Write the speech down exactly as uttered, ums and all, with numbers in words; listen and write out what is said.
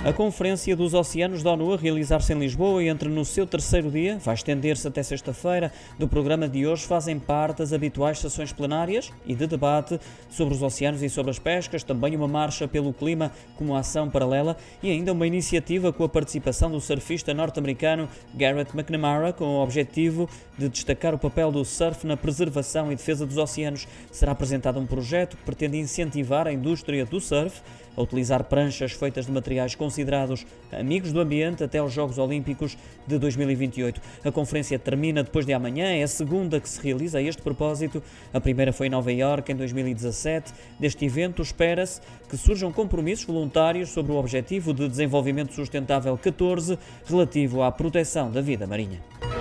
A Conferência dos Oceanos da ONU a realizar-se em Lisboa e entre no seu terceiro dia, vai estender-se até sexta-feira. Do programa de hoje fazem parte as habituais sessões plenárias e de debate sobre os oceanos e sobre as pescas, também uma marcha pelo clima como ação paralela e ainda uma iniciativa com a participação do surfista norte-americano Garrett McNamara, com o objetivo de destacar o papel do surf na preservação e defesa dos oceanos. Será apresentado um projeto que pretende incentivar a indústria do surf a utilizar pranchas feitas de materiais considerados amigos do ambiente até aos Jogos Olímpicos de dois mil e vinte e oito. A conferência termina depois de amanhã, é a segunda que se realiza a este propósito. A primeira foi em Nova Iorque em dois mil e dezassete. Deste evento espera-se que surjam compromissos voluntários sobre o Objetivo de Desenvolvimento Sustentável catorze, relativo à proteção da vida marinha.